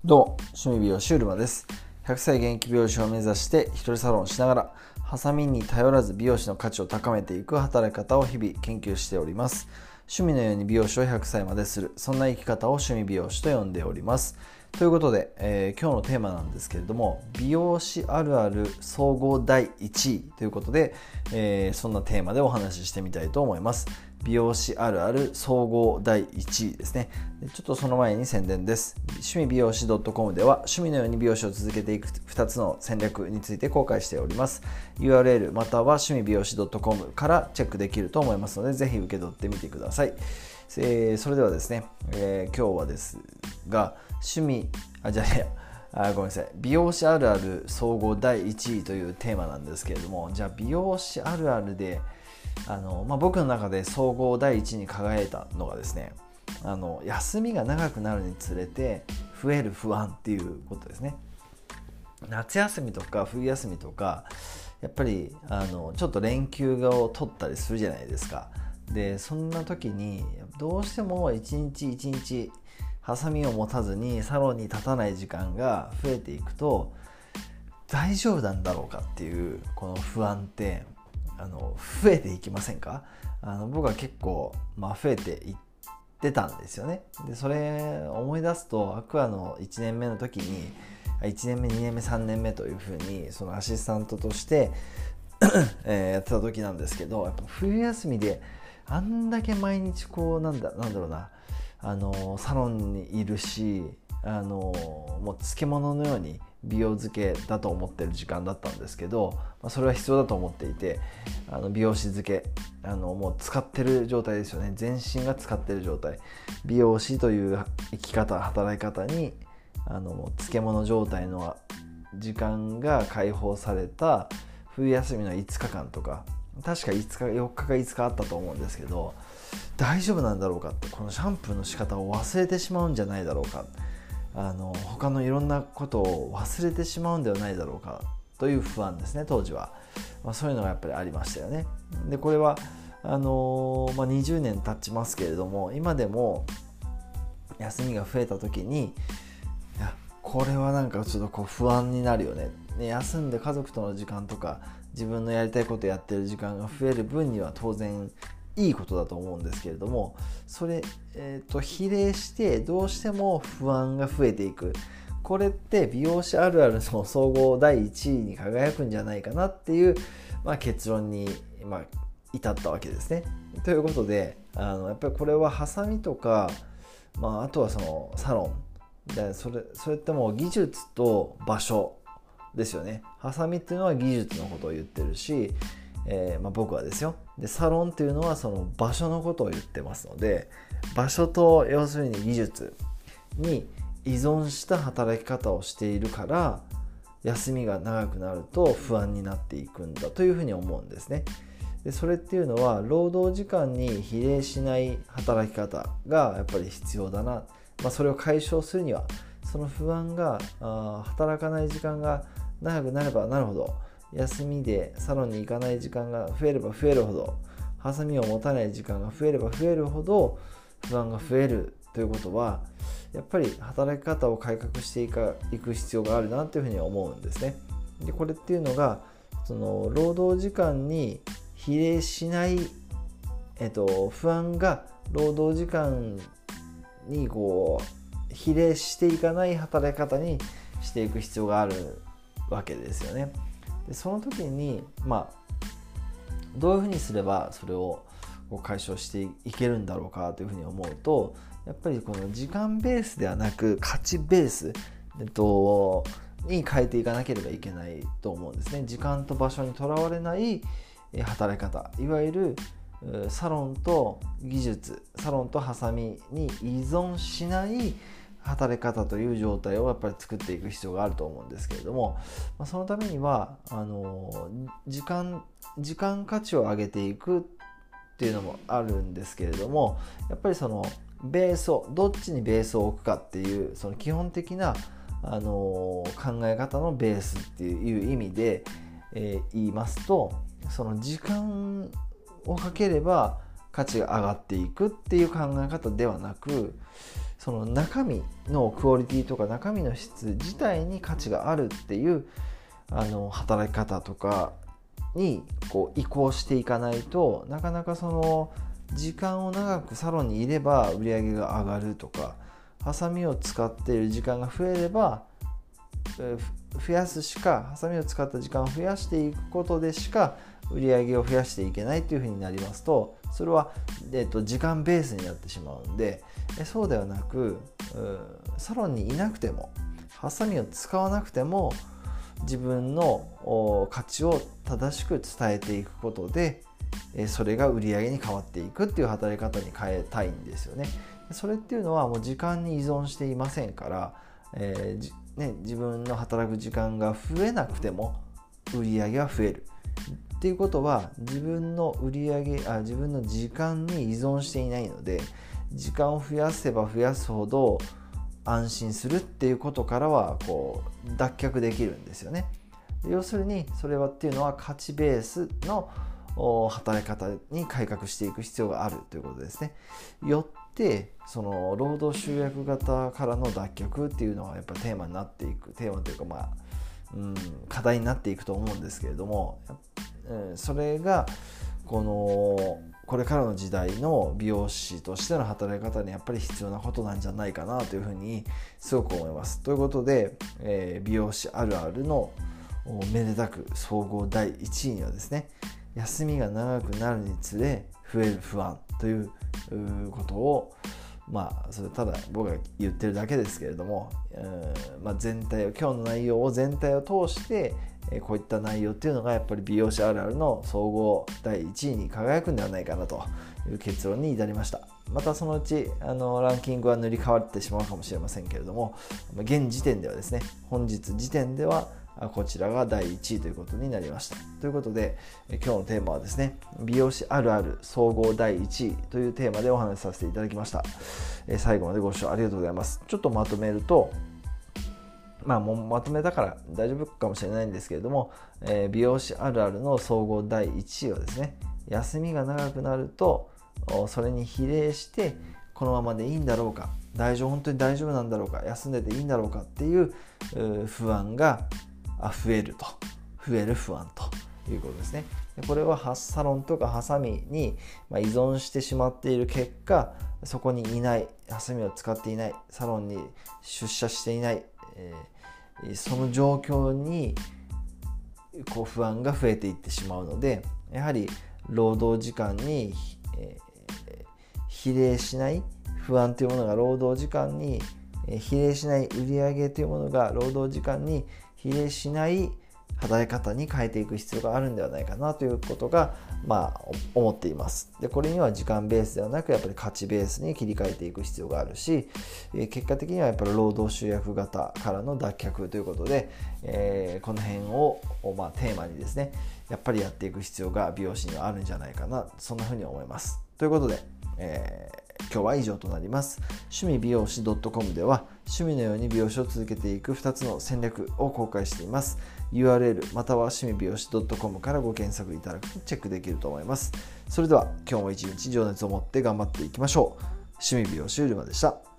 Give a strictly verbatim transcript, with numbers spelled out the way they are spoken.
どうも、趣味美容師うるまです。ひゃくさい現役美容師を目指して一人サロンしながら、ハサミに頼らず美容師の価値を高めていく働き方を日々研究しております。趣味のように美容師をひゃくさいまでする、そんな生き方を趣味美容師と呼んでおります。ということで、えー、今日のテーマなんですけれども、美容師あるある総合だいいちいということで、えー、そんなテーマでお話ししてみたいと思います。美容師あるある総合だいいちいですね。ちょっとその前に宣伝です。趣味美容師 .com では趣味のように美容師を続けていくふたつの戦略について公開しております。ユーアールエル または趣味美容師 .com からチェックできると思いますので、ぜひ受け取ってみてください。えー、それではですね、えー、今日はですが、趣味、あ、じゃあね、あ、ごめんなさい。美容師あるある総合だいいちいというテーマなんですけれども、じゃあ美容師あるあるで、あのまあ、僕の中で総合だいいちいに輝いたのがですね、あの休みが長くなるにつれて増える不安っていうことですね。夏休みとか冬休みとかやっぱりあのちょっと連休を取ったりするじゃないですか。でそんな時にどうしても一日一日ハサミを持たずにサロンに立たない時間が増えていくと、大丈夫なんだろうかっていうこの不安ってあの増えていきませんか？あの僕は結構、まあ、増えていってたんですよね。でそれ思い出すと、アクアのいちねんめの時にいちねんめにねんめさんねんめというふうにそのアシスタントとしてえー、やってた時なんですけど、やっぱ冬休みであんだけ毎日こうなんだなんだろうなあのサロンにいるし、あのもう漬物のように美容漬けだと思ってる時間だったんですけど、まあ、それは必要だと思っていて、あの美容師漬けあのもう使ってる状態ですよね。全身が使ってる状態、美容師という生き方働き方にあのもう漬物状態の時間が解放された冬休みのいつかかんとか、確かいつかよっかかいつかあったと思うんですけど、大丈夫なんだろうかって、このシャンプーの仕方を忘れてしまうんじゃないだろうか、あの他のいろんなことを忘れてしまうんではないだろうかという不安ですね、当時は。まあ、そういうのがやっぱりありましたよね。でこれはあのーまあ、にじゅうねん経ちますけれども、今でも休みが増えた時に、いやこれはなんかちょっとこう不安になるよね。ね、休んで家族との時間とか自分のやりたいことやってる時間が増える分には当然いいことだと思うんですけれども、それ、えーと、比例してどうしても不安が増えていく。これって美容師あるあるの総合だいいちいに輝くんじゃないかなっていう、まあ、結論に、まあ、至ったわけですね。ということで、あのやっぱりこれはハサミとか、まあ、あとはそのサロンで、それ、それってもう技術と場所ですよね。ハサミっていうのは技術のことを言ってるし、えーまあ、僕はですよ。でサロンっていうのはその場所のことを言ってますので、場所と要するに技術に依存した働き方をしているから、休みが長くなると不安になっていくんだというふうに思うんですね。でそれっていうのは労働時間に比例しない働き方がやっぱり必要だな、まあ、それを解消するにはその不安があ働かない時間が長くなればなるほど、休みでサロンに行かない時間が増えれば増えるほど、ハサミを持たない時間が増えれば増えるほど不安が増えるということは、やっぱり働き方を改革していく必要があるなというふうに思うんですね。でこれっていうのがその労働時間に比例しない、えっと、不安が労働時間にこう比例していかない働き方にしていく必要があるわけですよね。でその時に、まあ、どういうふうにすればそれを解消していけるんだろうかというふうに思うと、やっぱりこの時間ベースではなく価値ベース、えっと、に変えていかなければいけないと思うんですね。時間と場所にとらわれない働き方、いわゆるサロンと技術、サロンとハサミに依存しない働き方という状態をやっぱり作っていく必要があると思うんですけれども、そのためにはあの時間時間価値を上げていくっていうのもあるんですけれども、やっぱりそのベースをどっちにベースを置くかっていうその基本的なあの考え方のベースっていう意味で、えー、言いますと、その時間をかければ価値が上がっていくっていう考え方ではなく、 その中身のクオリティとか中身の質自体に価値があるっていうあの働き方とかにこう移行していかないと、なかなかその時間を長くサロンにいれば売り上げが上がるとか、ハサミを使っている時間が増えれば増やすしか、ハサミを使った時間を増やしていくことでしか売り上げを増やしていけないというふうになりますと、それは、えっと、時間ベースになってしまうんで、そうではなくサロンにいなくてもハサミを使わなくても自分の価値を正しく伝えていくことで、それが売り上げに変わっていくっていう働き方に変えたいんですよね。それっていうのはもう時間に依存していませんから、えーね、自分の働く時間が増えなくても売り上げは増えるっていうことは、自分の売り上げあ自分の時間に依存していないので、時間を増やせば増やすほど安心するっていうことからはこう脱却できるんですよね。要するにそれはっていうのは価値ベースの働き方に改革していく必要があるということですね。よってその労働集約型からの脱却っていうのはやっぱりテーマになっていくテーマというか、まあ、うん、課題になっていくと思うんですけれども、うん、それがこのこれからの時代の美容師としての働き方にやっぱり必要なことなんじゃないかなというふうにすごく思います。ということで、えー、美容師あるあるのめでたく総合だいいちいにはですね、休みが長くなるにつれ増える不安ということを、まあそれただ僕が言ってるだけですけれども、まあ、全体を今日の内容を全体を通してこういった内容っていうのがやっぱり美容師あるあるの総合だいいちいに輝くんではないかなという結論に至りました。またそのうちあのランキングは塗り替わってしまうかもしれませんけれども、現時点ではですね、本日時点ではこちらがだいいちいということになりました。ということで今日のテーマはですね、美容師あるある総合だいいちいというテーマでお話しさせていただきました。最後までご視聴ありがとうございます。ちょっとまとめると、まあもうまとめたから大丈夫かもしれないんですけれども、えー、美容師あるあるの総合だいいちいはですね、休みが長くなるとそれに比例してこのままでいいんだろうか、大丈夫本当に大丈夫なんだろうか、休んでていいんだろうかっていう不安が増えると増える不安ということですね。これはサロンとかハサミに依存してしまっている結果、そこにいない、ハサミを使っていない、サロンに出社していない、えー、その状況にこう不安が増えていってしまうので、やはり労働時間に、えー、比例しない不安というものが労働時間に比例しない、売上というものが労働時間に比例しない働き方に変えていく必要があるんではないかなということが、まあ、思っています。で、これには時間ベースではなくやっぱり価値ベースに切り替えていく必要があるし、結果的にはやっぱり労働集約型からの脱却ということで、えー、この辺を、まあ、テーマにですね、やっぱりやっていく必要が美容師にはあるんじゃないかな、そんなふうに思います。ということで、えー今日は以上となります。趣味美容師 .com では趣味のように美容師を続けていくふたつの戦略を公開しています。ユーアールエル または趣味美容師 .com からご検索いただくとチェックできると思います。それでは今日も一日情熱を持って頑張っていきましょう。趣味美容師うるまでした。